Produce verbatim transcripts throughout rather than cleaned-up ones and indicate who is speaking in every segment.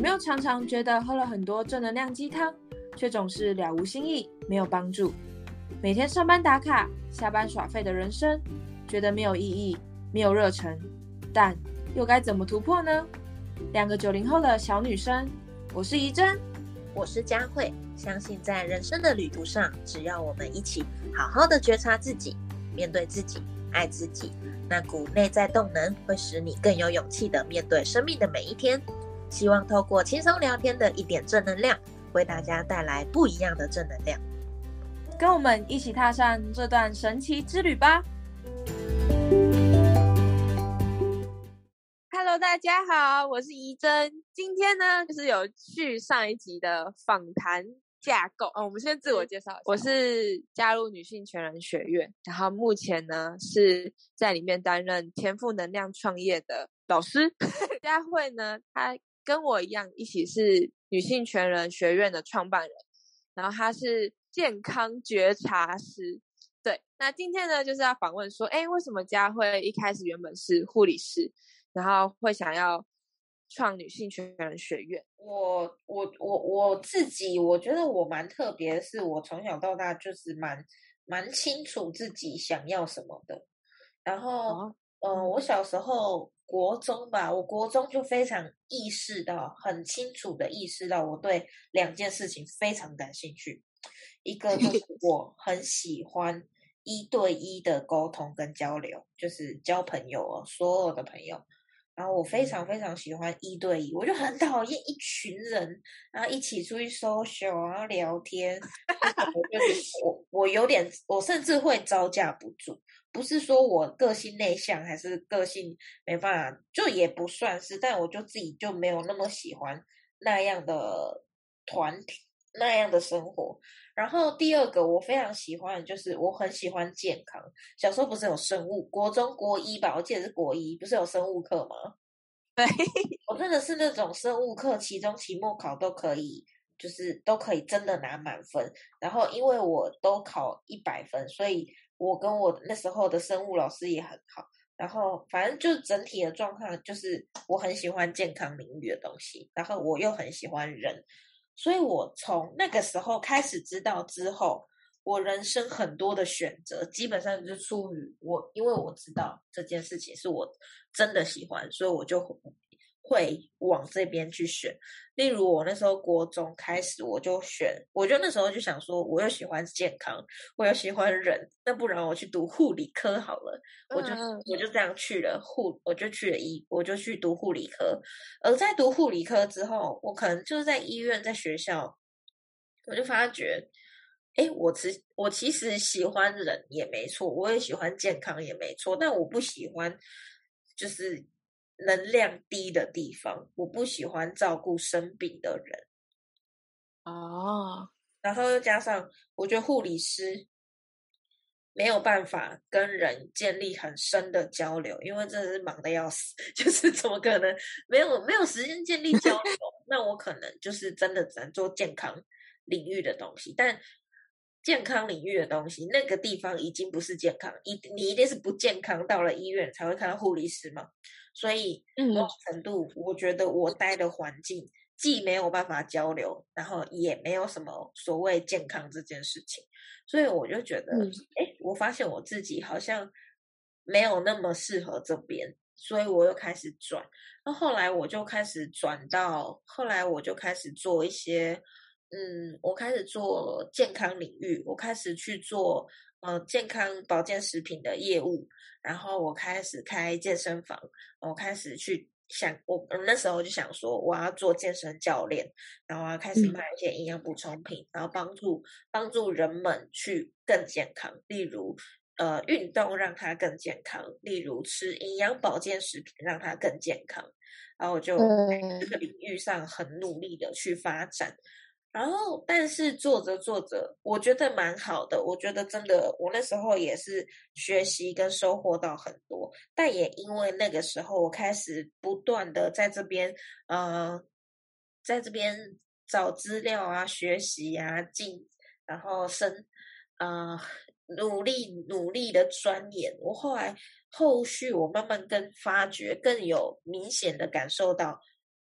Speaker 1: 没有常常觉得喝了很多正能量鸡汤，却总是了无新意，没有帮助？每天上班打卡，下班耍废的人生，觉得没有意义，没有热忱，但又该怎么突破呢？两个九零后的小女生，我是怡珍，
Speaker 2: 我是佳慧。相信在人生的旅途上，只要我们一起好好的觉察自己，面对自己，爱自己，那股内在动能会使你更有勇气的面对生命的每一天。希望透过轻松聊天的一点正能量，为大家带来不一样的正能量。
Speaker 1: 跟我们一起踏上这段神奇之旅吧。Hello， 大家好，我是怡珍。今天呢，就是有续上一集的访谈架构。哦，我们先自我介绍一下，我是加入女性全人学院，然后目前呢是在里面担任天赋能量创业的老师。佳慧呢，她跟我一样，一起是女性全人学院的创办人，然后她是健康觉察师。对，那今天呢，就是要访问说，哎，为什么佳慧一开始原本是护理师，然后会想要创女性全人学院？
Speaker 3: 我我我我自己，我觉得我蛮特别的是，我从小到大就是蛮蛮清楚自己想要什么的。然后，
Speaker 1: 哦、
Speaker 3: 嗯、呃，我小时候国中吧，我国中就非常意识到，很清楚的意识到，我对两件事情非常感兴趣。一个就是我很喜欢一对一的沟通跟交流，就是交朋友哦，所有的朋友。然后我非常非常喜欢一对一，我就很讨厌一群人，然后一起出去 social， 然后聊天。我就是我，我有点，我甚至会招架不住。不是说我个性内向，还是个性没办法，就也不算是，但我就自己就没有那么喜欢那样的团体。那样的生活。然后第二个我非常喜欢的就是我很喜欢健康。小时候不是有生物，国中国一吧，我记得是国一，不是有生物课吗？
Speaker 1: 对，
Speaker 3: 我真的是那种生物课期中期末考都可以，就是都可以真的拿满分。然后因为我都考一百分，所以我跟我那时候的生物老师也很好。然后反正就整体的状况就是我很喜欢健康领域的东西，然后我又很喜欢人。所以我从那个时候开始知道之后，我人生很多的选择基本上就是出于我，因为我知道这件事情是我真的喜欢，所以我就会往这边去选。例如我那时候国中开始，我就选，我就那时候就想说，我又喜欢健康，我又喜欢人，那不然我去读护理科好了。我就我就这样去了护，我就去了医，我就去读护理科。而在读护理科之后，我可能就是在医院，在学校，我就发觉，哎，我其我其实喜欢人也没错，我也喜欢健康也没错，但我不喜欢就是能量低的地方，我不喜欢照顾生病的人。
Speaker 1: 哦，
Speaker 3: 然后又加上，我觉得护理师没有办法跟人建立很深的交流，因为真的是忙得要死，就是怎么可能没有没有时间建立交流？那我可能就是真的只能做健康领域的东西，但健康领域的东西，那个地方已经不是健康，一你一定是不健康，到了医院才会看到护理师嘛。所以某种程度，我觉得我待的环境既没有办法交流，然后也没有什么所谓健康这件事情，所以我就觉得，哎、嗯，我发现我自己好像没有那么适合这边，所以我又开始转。那后来我就开始转到，后来我就开始做一些。嗯，我开始做健康领域，我开始去做呃健康保健食品的业务，然后我开始开健身房，我开始去想，我那时候就想说我要做健身教练，然后我要开始卖一些营养补充品，然后帮助帮助人们去更健康，例如呃运动让他更健康，例如吃营养保健食品让他更健康，然后我就在这个领域上很努力的去发展。然后，但是做着做着，我觉得蛮好的。我觉得真的，我那时候也是学习跟收获到很多。但也因为那个时候，我开始不断的在这边，呃，在这边找资料啊、学习啊、进，然后生，呃，努力努力的钻研。我后来后续，我慢慢更发掘，更有明显的感受到。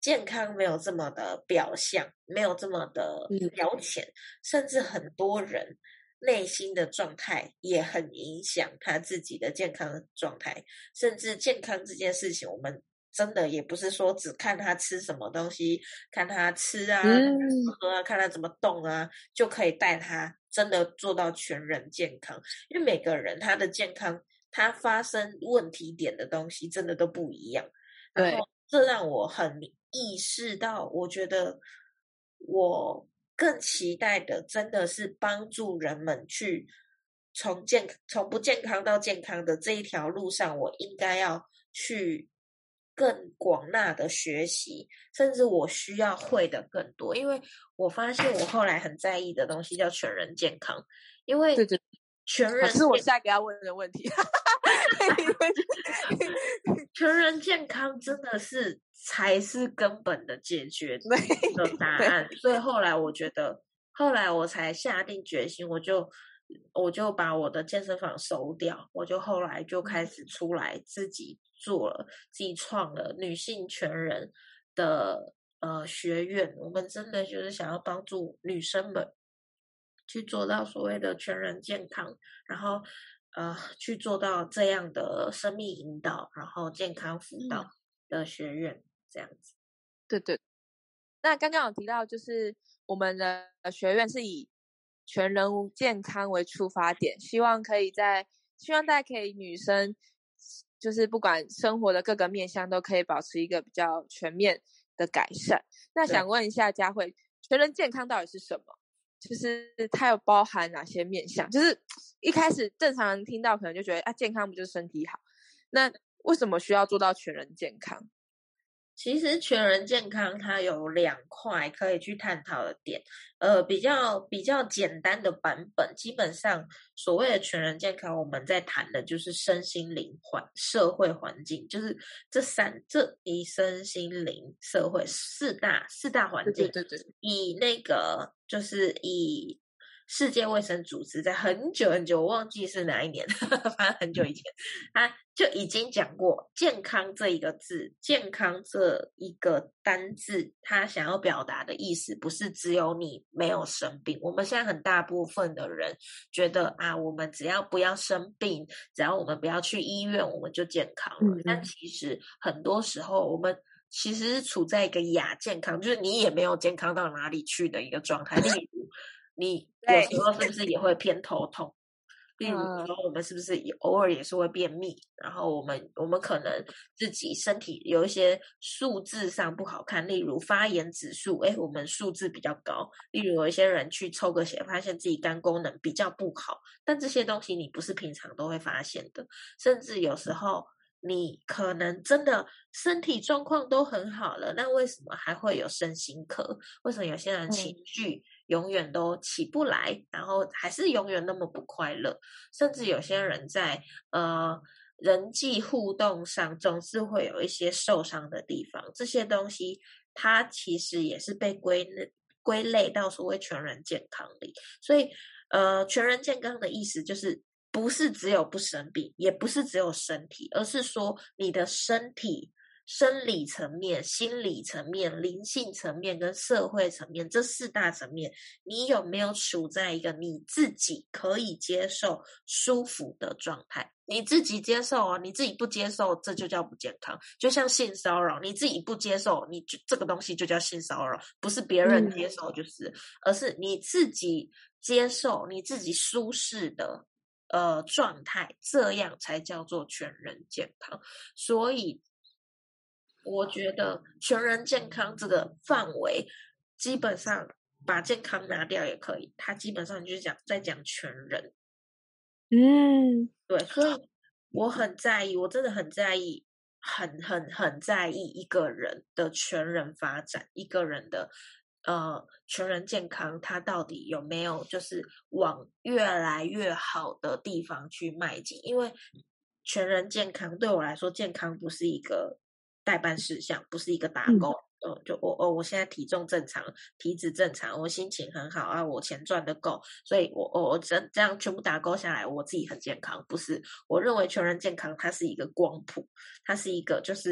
Speaker 3: 健康没有这么的表象，没有这么的表浅，嗯、甚至很多人内心的状态也很影响他自己的健康状态，甚至健康这件事情，我们真的也不是说只看他吃什么东西，看他吃啊、嗯、喝啊，看他怎么动啊，就可以带他真的做到全人健康。因为每个人他的健康，他发生问题点的东西真的都不一样。然后这让我很意识到，我觉得我更期待的真的是帮助人们去从健从不健康到健康的这一条路上，我应该要去更广纳的学习，甚至我需要会的更多。因为我发现我后来很在意的东西叫全人健康，因为
Speaker 1: 对对
Speaker 3: 全人，
Speaker 1: 这是我下一个要问的问题。
Speaker 3: 全人健康真的是才是根本的解决的答案，所以后来我觉得，后来我才下定决心，我就我就把我的健身房收掉，我就后来就开始出来自己做了，自己创了女性全人的呃学院。我们真的就是想要帮助女生们去做到所谓的全人健康，然后呃，去做到这样的生命引导，然后健康辅导的学院、嗯、这样子。
Speaker 1: 对对。那刚刚有提到，就是我们的学院是以全人健康为出发点，希望可以在希望大家可以女生，就是不管生活的各个面向都可以保持一个比较全面的改善。那想问一下佳慧，全人健康到底是什么？就是它有包含哪些面向？就是一开始正常人听到可能就觉得啊，健康不就是身体好？那为什么需要做到全人健康？
Speaker 3: 其实全人健康它有两块可以去探讨的点，呃，比较比较简单的版本，基本上所谓的全人健康，我们在谈的就是身心灵环社会环境，就是这三这一身心灵社会四大四大环境。
Speaker 1: 对对对对，
Speaker 3: 以那个就是以世界卫生组织在很久很久，我忘记是哪一年，反正很久以前，他就已经讲过健康这一个字，健康这一个单字，他想要表达的意思不是只有你没有生病。我们现在很大部分的人觉得啊，我们只要不要生病，只要我们不要去医院，我们就健康了。嗯嗯，但其实很多时候我们其实是处在一个亚健康，就是你也没有健康到哪里去的一个状态。例如你有时候是不是也会偏头痛？例如说我们是不是也偶尔也是会便秘？然后我们我们可能自己身体有一些数字上不好看，例如发炎指数，哎，我们数字比较高。例如有一些人去抽个血，发现自己肝功能比较不好，但这些东西你不是平常都会发现的，甚至有时候你可能真的身体状况都很好了，那为什么还会有身心科？为什么有些人情绪永远都起不来，然后还是永远那么不快乐？甚至有些人在呃人际互动上总是会有一些受伤的地方，这些东西它其实也是被归类归类到所谓全人健康里。所以呃全人健康的意思就是不是只有不生病，也不是只有身体，而是说你的身体生理层面、心理层面、灵性层面跟社会层面这四大层面，你有没有处在一个你自己可以接受、舒服的状态？你自己接受哦，你自己不接受，这就叫不健康。就像性骚扰，你自己不接受，你就这个东西就叫性骚扰，不是别人接受就是，嗯、而是你自己接受，你自己舒适的呃状态，这样才叫做全人健康。所以我觉得全人健康这个范围，基本上把健康拿掉也可以，它基本上就是讲在讲全人。
Speaker 1: 嗯，
Speaker 3: 对，所以我很在意，我真的很在意，很很很在意一个人的全人发展，一个人的呃全人健康，他到底有没有就是往越来越好的地方去迈进？因为全人健康对我来说，健康不是一个代办事项，不是一个打勾。嗯呃，就我哦，我现在体重正常，体脂正常，我心情很好啊，我钱赚得够，所以我我我这这样全部打勾下来，我自己很健康。不是，我认为全人健康它是一个光谱，它是一个就是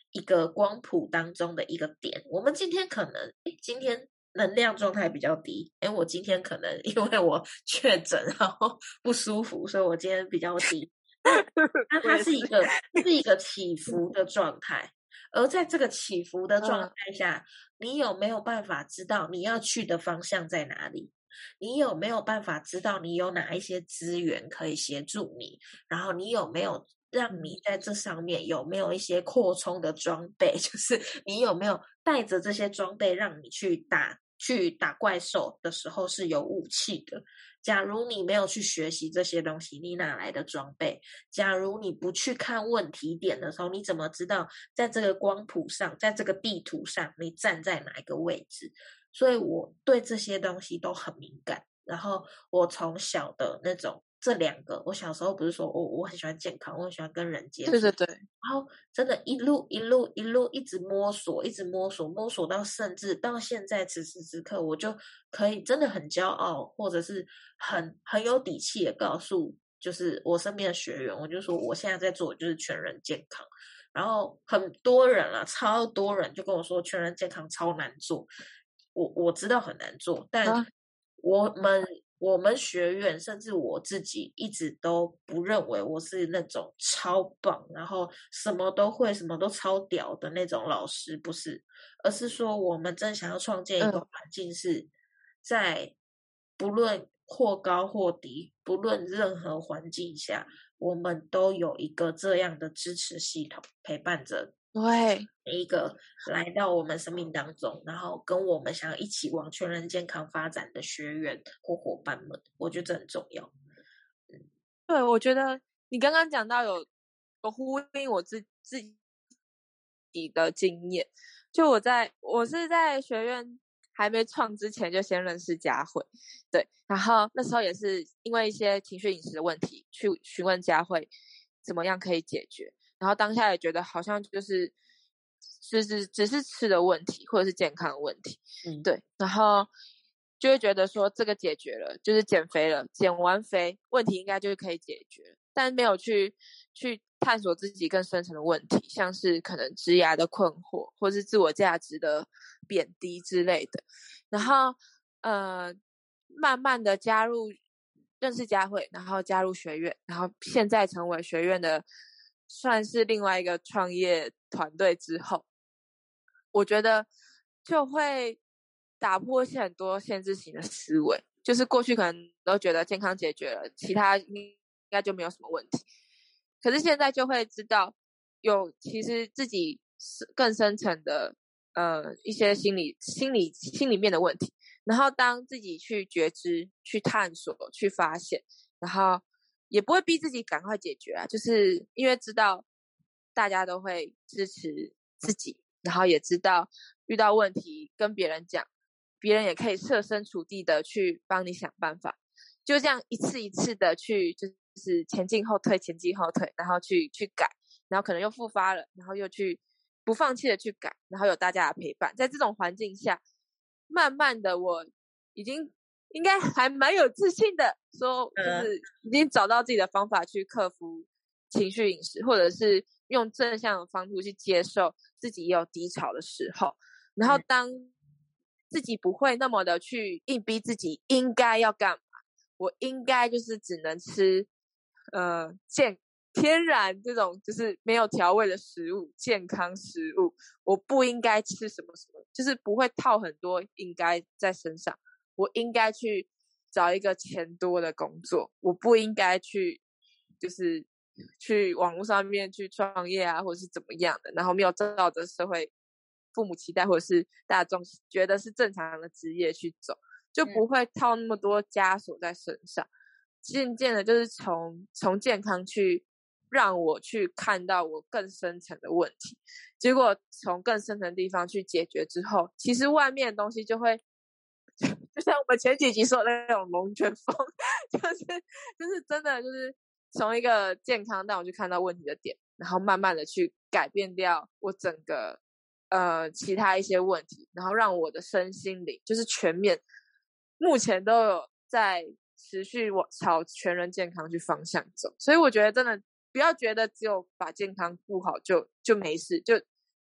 Speaker 3: 一个光谱当中的一个点。我们今天可能，诶，今天能量状态比较低，诶，我今天可能因为我确诊然后不舒服，所以我今天比较低。那那它是一个是一个起伏的状态，而在这个起伏的状态下，嗯、你有没有办法知道你要去的方向在哪里？你有没有办法知道你有哪一些资源可以协助你？然后你有没有让你在这上面有没有一些扩充的装备？就是你有没有带着这些装备，让你去打去打怪兽的时候是有武器的？假如你没有去学习这些东西，你哪来的装备？假如你不去看问题点的时候，你怎么知道在这个光谱上，在这个地图上，你站在哪一个位置？所以我对这些东西都很敏感。然后我从小的那种这两个，我小时候不是说我我很喜欢健康，我很喜欢跟人接触，
Speaker 1: 对对对，
Speaker 3: 然后真的一路一路一路一直摸索，一直摸索，摸索到甚至到现在此时此刻，我就可以真的很骄傲，或者是很很有底气的告诉，就是我身边的学员，我就说我现在在做就是全人健康。然后很多人啊，超多人就跟我说全人健康超难做。我我知道很难做，但我们、啊、我们学院甚至我自己一直都不认为我是那种超棒，然后什么都会、什么都超屌的那种老师，不是，而是说我们真想要创建一个环境，是在不论或高或低，不论任何环境下，我们都有一个这样的支持系统陪伴着。
Speaker 1: 对，
Speaker 3: 每一个来到我们生命当中，然后跟我们想要一起往全人健康发展的学员或伙伴们，我觉得这很重要。
Speaker 1: 嗯、对，我觉得你刚刚讲到有有呼应我自自己的经验，就我在我是在学院还没创之前就先认识佳慧，对，然后那时候也是因为一些情绪饮食的问题去询问佳慧怎么样可以解决。然后当下也觉得好像就是就是只是吃的问题或者是健康的问题，嗯，对，然后就会觉得说这个解决了，就是减肥了，减完肥问题应该就是可以解决，但没有去去探索自己更深层的问题，像是可能职涯的困惑，或是自我价值的贬低之类的。然后呃，慢慢的加入认识佳慧，然后加入学院，然后现在成为学院的。算是另外一个创业团队之后，我觉得就会打破一些很多限制型的思维，就是过去可能都觉得健康解决了，其他应该就没有什么问题，可是现在就会知道有其实自己更深层的呃一些心理心理心里面的问题，然后当自己去觉知、去探索、去发现，然后也不会逼自己赶快解决啊，就是因为知道大家都会支持自己，然后也知道遇到问题跟别人讲，别人也可以设身处地的去帮你想办法，就这样一次一次的去就是前进后退前进后退，然后去去改，然后可能又复发了，然后又去不放弃的去改，然后有大家的陪伴，在这种环境下慢慢的我已经应该还蛮有自信的，说就是已经找到自己的方法去克服情绪饮食，或者是用正向的方式去接受自己也有低潮的时候，然后当自己不会那么的去硬逼自己应该要干嘛，我应该就是只能吃呃健天然这种就是没有调味的食物，健康食物，我不应该吃什么什么，就是不会套很多应该在身上。我应该去找一个钱多的工作，我不应该去就是去网络上面去创业啊，或者是怎么样的，然后没有照着社会父母期待或者是大众觉得是正常的职业去走，就不会套那么多枷锁在身上。渐渐的就是从从健康去让我去看到我更深层的问题，结果从更深层的地方去解决之后，其实外面的东西就会就像我们前几集说的那种龙卷风，就是就是真的就是从一个健康带我去看到问题的点，然后慢慢的去改变掉我整个呃其他一些问题，然后让我的身心灵就是全面，目前都有在持续往朝全人健康去方向走。所以我觉得真的不要觉得只有把健康顾好就就没事，就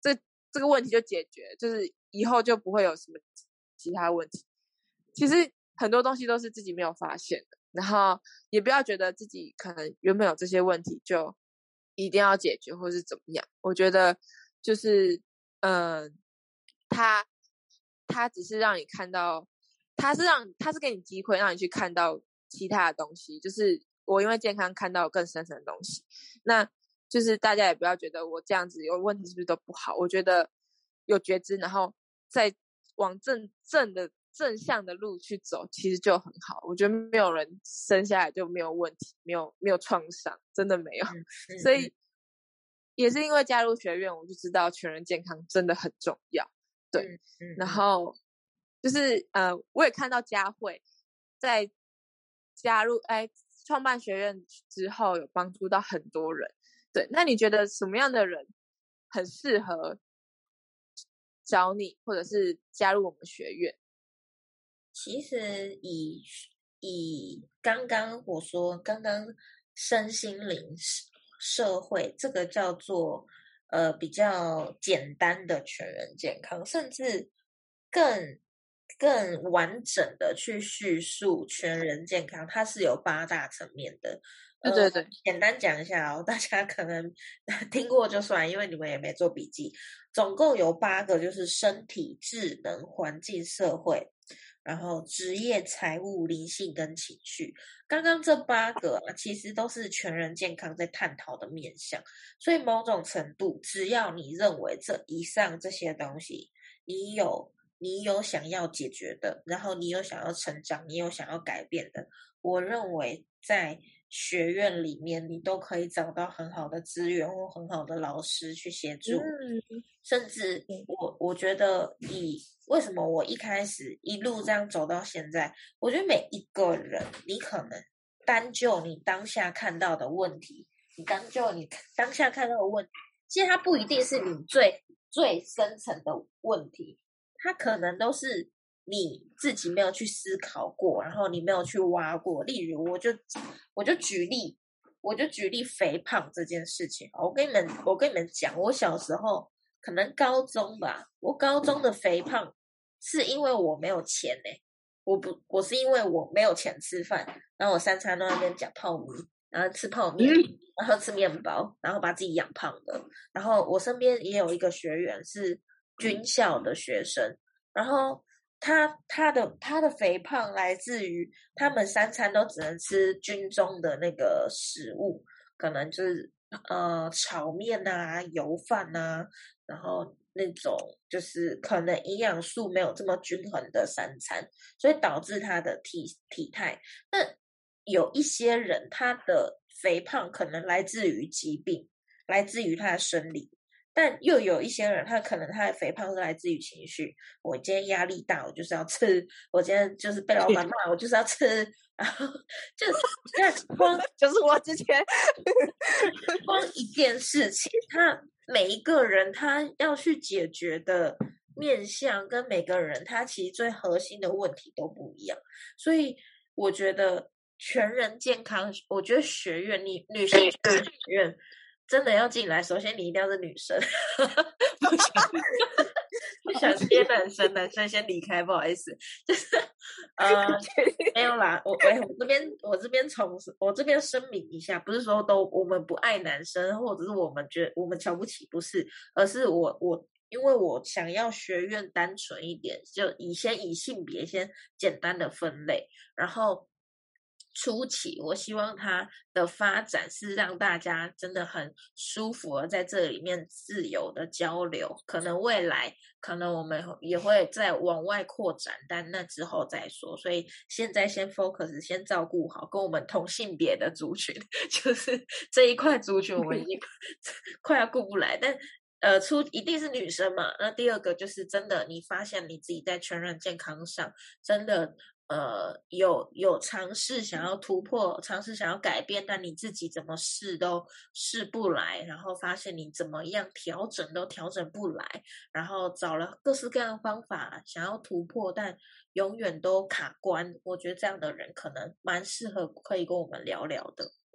Speaker 1: 这个问题就解决，就是以后就不会有什么其他问题。其实很多东西都是自己没有发现的，然后也不要觉得自己可能原本有这些问题就一定要解决或是怎么样。我觉得就是嗯、呃，他他只是让你看到，他是让他是给你机会让你去看到其他的东西，就是我因为健康看到更深层的东西。那就是大家也不要觉得我这样子有问题是不是都不好，我觉得有觉知，然后再往正正的正向的路去走，其实就很好。我觉得没有人生下来就没有问题，没有没有创伤，真的没有。
Speaker 3: 嗯、
Speaker 1: 所以也是因为加入学院，我就知道全人健康真的很重要。对，
Speaker 3: 嗯嗯、
Speaker 1: 然后就是呃，我也看到佳慧在加入哎创办学院之后，有帮助到很多人。对，那你觉得什么样的人很适合找你，或者是加入我们学院？
Speaker 3: 其实以以刚刚我说，刚刚身心灵社会这个叫做呃比较简单的全人健康，甚至更更完整的去叙述全人健康，它是有八大层面的。
Speaker 1: 对对对，
Speaker 3: 呃、简单讲一下哦，大家可能听过就算，因为你们也没做笔记。总共有八个，就是身体、智能、环境、社会，然后职业、财务、灵性跟情绪。刚刚这八个啊，其实都是全人健康在探讨的面向。所以某种程度，只要你认为这以上这些东西，你有你有想要解决的，然后你有想要成长，你有想要改变的，我认为在学院里面你都可以找到很好的资源或很好的老师去协助。
Speaker 1: 嗯，
Speaker 3: 甚至我我觉得以为什么我一开始一路这样走到现在，我觉得每一个人，你可能单就你当下看到的问题，你单就你当下看到的问题，其实它不一定是你最最深层的问题，它可能都是你自己没有去思考过，然后你没有去挖过。例如，我就我就举例，我就举例肥胖这件事情。我跟你们，我跟你们讲，我小时候可能高中吧，我高中的肥胖是因为我没有钱呢、欸。我不，我是因为我没有钱吃饭，然后我三餐都在那边讲泡米，然后吃泡面，然后吃面包，然后把自己养胖的。然后我身边也有一个学员是军校的学生，然后他他的他的肥胖来自于他们三餐都只能吃军中的那个食物，可能就是呃炒面啊、油饭啊，然后那种就是可能营养素没有这么均衡的三餐，所以导致他的体体态。那有一些人他的肥胖可能来自于疾病，来自于他的生理。但又有一些人，他可能他的肥胖是来自于情绪。我今天压力大，我就是要吃；我今天就是被老板骂，我就是要吃。然后就那光
Speaker 1: 就是我之前
Speaker 3: 光一件事情，他每一个人他要去解决的面向跟每个人他其实最核心的问题都不一样。所以我觉得全人健康，我觉得学院你女性全人学院。真的要进来，首先你一定要是女生，不想不想接男生，男生先离开，不好意思，就是呃没有啦，我我我这边我这边从我这边声明一下，不是说都我们不爱男生，或者是我们觉得我们瞧不起，不是，而是我我因为我想要学院单纯一点，就以先以性别先简单的分类，然后。初期，我希望它的发展是让大家真的很舒服的在这里面自由的交流。可能未来，可能我们也会再往外扩展，但那之后再说。所以现在先 focus， 先照顾好跟我们同性别的族群，就是这一块族群，我们已经快要顾不来。但呃，出一定是女生嘛。那第二个就是真的，你发现你自己在全人健康上真的。呃，有有尝试想要突破，尝试想要改变，但你自己怎么试都试不来，然后发现你怎么样调整都调整不来，然后找了各式各样的方法想要突破，但永远都卡关。我觉得这样的人可能蛮适合可以跟我们聊聊的。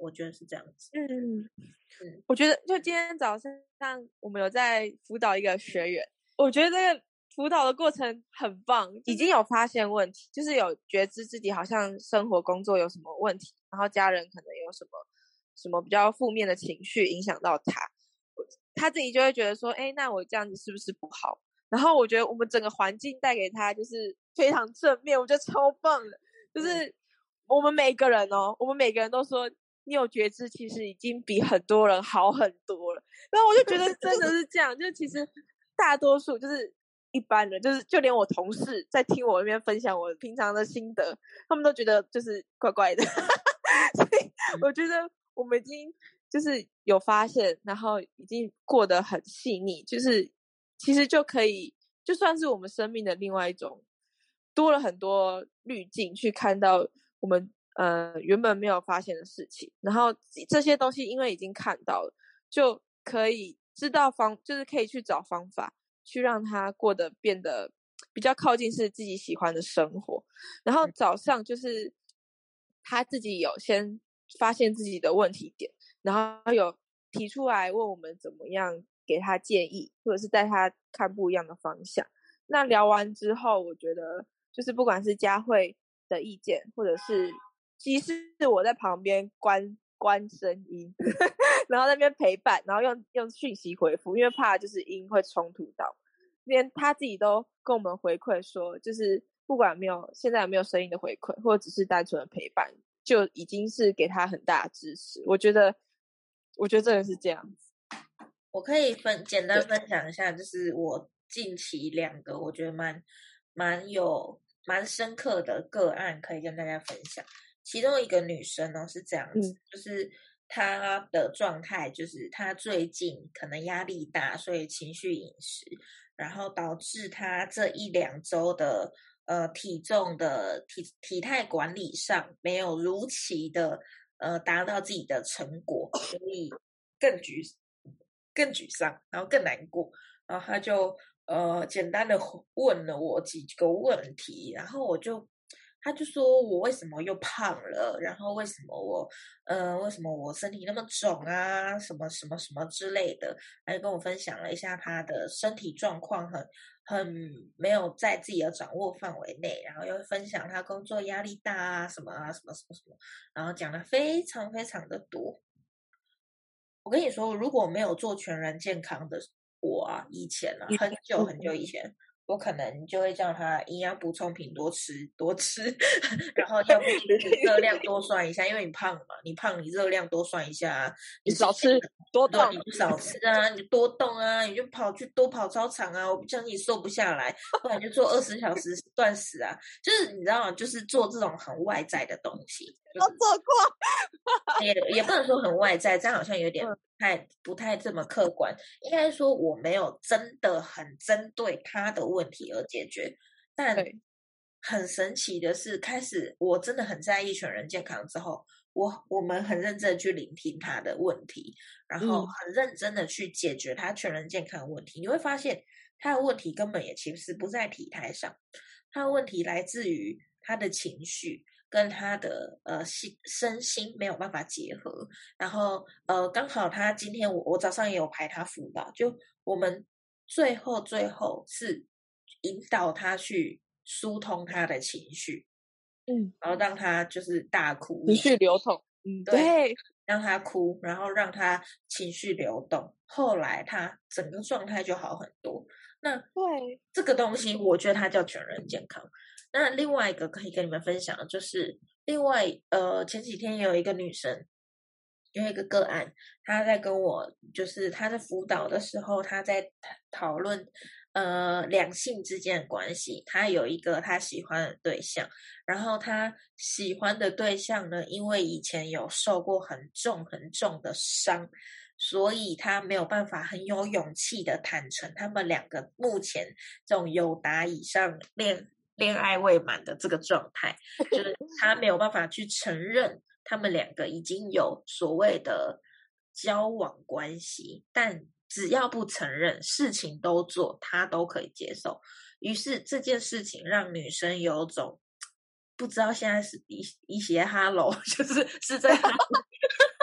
Speaker 3: 我觉得是这样子。
Speaker 1: 嗯嗯，我觉得就今天早上我们有在辅导一个学员，我觉得这个辅导的过程很棒，已经有发现问题，就是有觉知自己好像生活工作有什么问题，然后家人可能有什么什么比较负面的情绪影响到他，他自己就会觉得说，哎，那我这样子是不是不好？然后我觉得我们整个环境带给他就是非常正面，我觉得超棒的，就是我们每个人哦，我们每个人都说你有觉知，其实已经比很多人好很多了。然后我就觉得真的是这样，就其实大多数就是一般人，就是就连我同事在听我那边分享我平常的心得，他们都觉得就是怪怪的。所以我觉得我们已经就是有发现，然后已经过得很细腻，就是其实就可以就算是我们生命的另外一种，多了很多滤镜去看到我们呃原本没有发现的事情，然后这些东西因为已经看到了，就可以知道方就是可以去找方法去让它过得变得比较靠近是自己喜欢的生活。然后早上就是他自己有先发现自己的问题点，然后有提出来问我们怎么样给他建议，或者是带他看不一样的方向。那聊完之后，我觉得就是不管是佳慧的意见，或者是即使我在旁边关关声音然后在那边陪伴，然后用用讯息回复，因为怕就是音会冲突到，连他自己都跟我们回馈说，就是不管没有现在有没有声音的回馈，或者只是单纯的陪伴，就已经是给他很大的支持。我觉得我觉得真的是这样子。
Speaker 3: 我可以分简单分享一下，就是我近期两个我觉得蛮蛮有蛮深刻的个案可以跟大家分享。其中一个女生呢是这样子、嗯、就是她的状态就是她最近可能压力大，所以情绪饮食，然后导致她这一两周的呃体重的体体态管理上没有如期的呃达到自己的成果，所以更沮更沮丧，然后更难过。然后她就呃简单的问了我几个问题，然后我就他就说我为什么又胖了，然后为什么我呃为什么我身体那么肿啊，什么什么什么之类的，他就跟我分享了一下他的身体状况很很没有在自己的掌握范围内，然后又分享他工作压力大啊什么啊什么什么什么，然后讲的非常非常的多。我跟你说，如果没有做全人健康的我啊，以前啊很久很久以前，我可能就会叫他营养补充品多吃多吃，然后要不你热量多算一下，因为你胖嘛，你胖你热量多算一下啊，
Speaker 1: 你少吃多动，
Speaker 3: 你就少吃啊，你多动啊，你就跑去多跑操场啊，我不相信你瘦不下来，不然就做二十小时断食啊，就是你知道吗？就是做这种很外在的东西，
Speaker 1: 我做过，
Speaker 3: 也也不能说很外在，这样好像有点不太不太这么客观。应该说我没有真的很针对他的问题而解决，但很神奇的是，开始我真的很在意全人健康之后，我我们很认真的去聆听他的问题，然后很认真的去解决他全人健康的问题。嗯、你会发现他的问题根本也其实不在体态上，他的问题来自于他的情绪。跟他的呃心身心没有办法结合，然后呃刚好他今天我我早上也有排他辅导，就我们最后最后是引导他去疏通他的情绪，
Speaker 1: 嗯，
Speaker 3: 然后让他就是大哭，
Speaker 1: 情绪流动，嗯，对，
Speaker 3: 让他哭，然后让他情绪流动，后来他整个状态就好很多。那
Speaker 1: 对
Speaker 3: 这个东西，我觉得它叫全人健康。那另外一个可以跟你们分享的就是，另外呃前几天有一个女生，有一个个案，她在跟我就是她在辅导的时候，她在讨论呃两性之间的关系。她有一个她喜欢的对象，然后她喜欢的对象呢，因为以前有受过很重很重的伤。所以他没有办法很有勇气的坦诚他们两个目前这种友达以上恋恋爱未满的这个状态，就是他没有办法去承认他们两个已经有所谓的交往关系，但只要不承认，事情都做，他都可以接受。于是这件事情让女生有种不知道现在是一一些哈喽，就是是在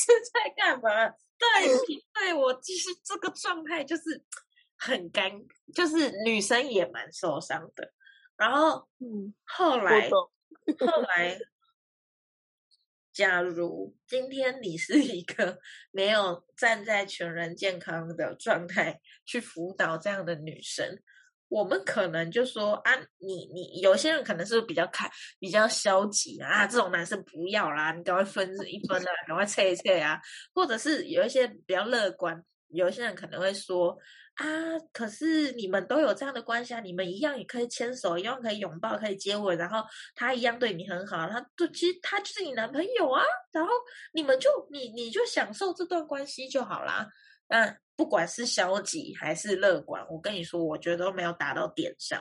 Speaker 3: 是在干嘛？对对，我其实这个状态就是很尴，就是女生也蛮受伤的。然后，嗯，后来后来，假如今天你是一个没有站在全人健康的状态去辅导这样的女生，我们可能就说啊，你你有些人可能是比较看比较消极啊，这种男生不要啦，你赶快分一分啊，赶快测一测啊，或者是有一些比较乐观，有些人可能会说啊，可是你们都有这样的关系啊，你们一样也可以牵手，一样可以拥抱，可以接吻，然后他一样对你很好，他对其实他就是你男朋友啊，然后你们就你你就享受这段关系就好啦。那不管是消极还是乐观，我跟你说，我觉得都没有打到点上。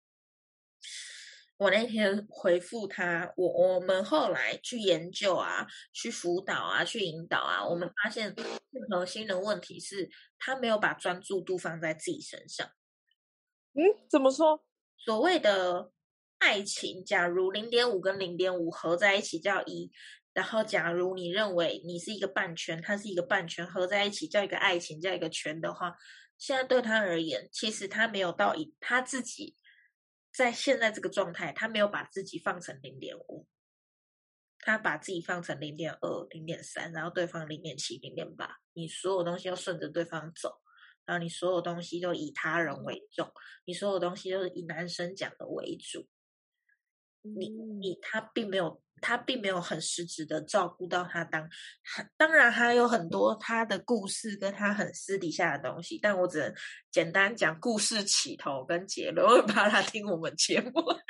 Speaker 3: 我那天回复他，我我们后来去研究啊，去辅导啊，去引导啊，我们发现核心的问题是他没有把专注度放在自己身上。
Speaker 1: 嗯，怎么说？
Speaker 3: 所谓的爱情，假如零点五跟零点五合在一起叫一。然后，假如你认为你是一个半圈，它是一个半圈，合在一起叫一个爱情，叫一个圈的话，现在对他而言，其实他没有到一他自己在现在这个状态，他没有把自己放成零点五，他把自己放成零点二、零点三，然后对方零点七、零点八，你所有东西要顺着对方走，然后你所有东西都以他人为重，你所有东西都是以男生讲的为主，你你他并没有。他并没有很实质的照顾到他当，当然还有很多他的故事跟他很私底下的东西，但我只能简单讲故事起头跟结论，我怕他听我们节目，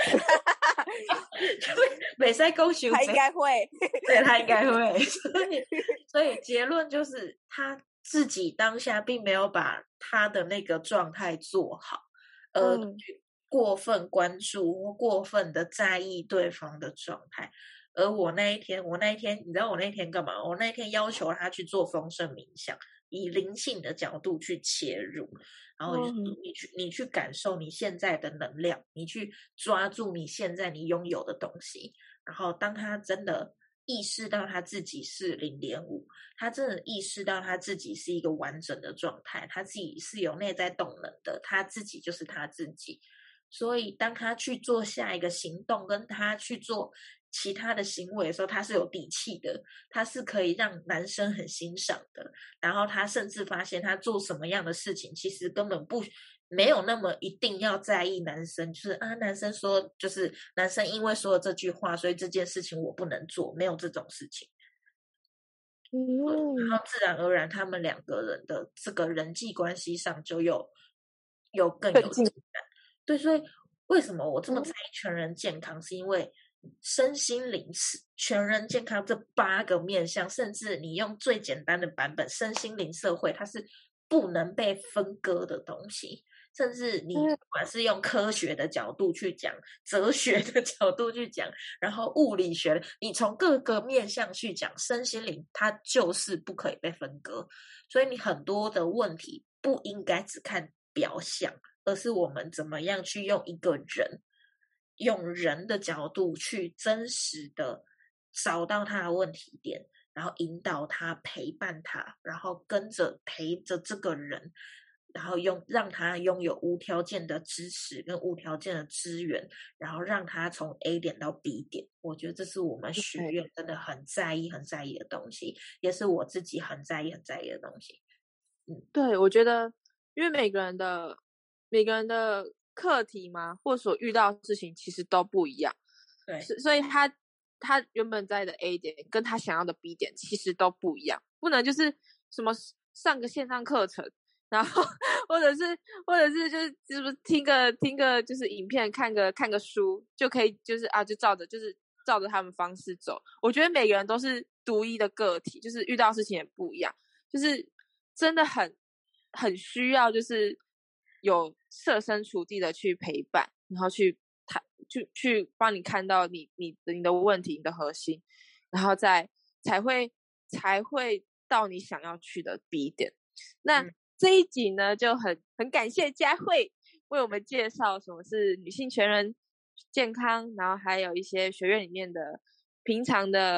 Speaker 3: 美塞公修，
Speaker 1: 他应该会，
Speaker 3: 对他应该会，所以所以结论就是他自己当下并没有把他的那个状态做好，而过分关注或过分的在意对方的状态。而我那一天，我那一天，你知道我那天干嘛？我那一天要求他去做丰盛冥想，以灵性的角度去切入，然后你去你去感受你现在的能量，你去抓住你现在你拥有的东西。然后当他真的意识到他自己是零点五，他真的意识到他自己是一个完整的状态，他自己是有内在动能的，他自己就是他自己。所以当他去做下一个行动，跟他去做其他的行为的时候，他是有底气的，他是可以让男生很欣赏的。然后他甚至发现他做什么样的事情，其实根本不没有那么一定要在意男生，就是啊，男生说就是男生因为说了这句话，所以这件事情我不能做，没有这种事情。嗯，然后自然而然，他们两个人的这个人际关系上就有有更有进展。对，所以为什么我这么在意全人健康，是因为身心灵全人健康这八个面向，甚至你用最简单的版本，身心灵社会，它是不能被分割的东西。甚至你不管是用科学的角度去讲，哲学的角度去讲，然后物理学，你从各个面向去讲，身心灵它就是不可以被分割。所以你很多的问题不应该只看表象，而是我们怎么样去用一个人，用人的角度去真实的找到他的问题点，然后引导他，陪伴他，然后跟着陪着这个人，然后用让他拥有无条件的支持跟无条件的资源，然后让他从 A 点到 B 点。我觉得这是我们学院真的很在意很在意的东西，也是我自己很在意很在意的东西。
Speaker 1: 嗯，对，我觉得因为每个人的每个人的课题嘛，或所遇到的事情其实都不一样，
Speaker 3: 对，
Speaker 1: 所以他他原本在的 A 点跟他想要的 B 点其实都不一样，不能就是什么上个线上课程，然后或者是或者是就是就是听个听个就是影片，看个看个书就可以，就是啊就照着就是照着他们方式走。我觉得每个人都是独一的个体，就是遇到事情也不一样，就是真的很很需要就是有设身处地的去陪伴，然后去谈去去帮你看到你你你的问题，你的核心，然后再才会才会到你想要去的 B 点。那、嗯、这一集呢，就很很感谢佳慧为我们介绍什么是女性全人健康，然后还有一些学院里面的平常的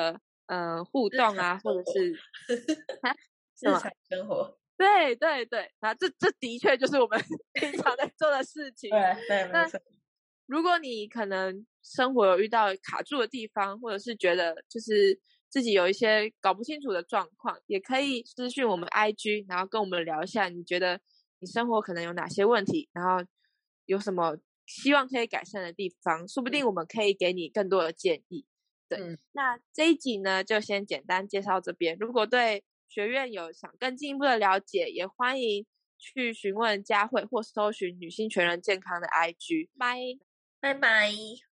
Speaker 1: 呃互动啊，或者是
Speaker 3: 日常生活。
Speaker 1: 对对对，那这这的确就是我们平常在做的事情。
Speaker 3: 对对，没错。
Speaker 1: 如果你可能生活有遇到卡住的地方，或者是觉得就是自己有一些搞不清楚的状况，也可以私讯我们 I G， 然后跟我们聊一下，你觉得你生活可能有哪些问题，然后有什么希望可以改善的地方，说不定我们可以给你更多的建议。对，嗯、那这一集呢就先简单介绍这边。如果对学院有想更进一步的了解，也欢迎去询问佳慧或搜寻女性全人健康的 I G。拜
Speaker 3: 拜拜。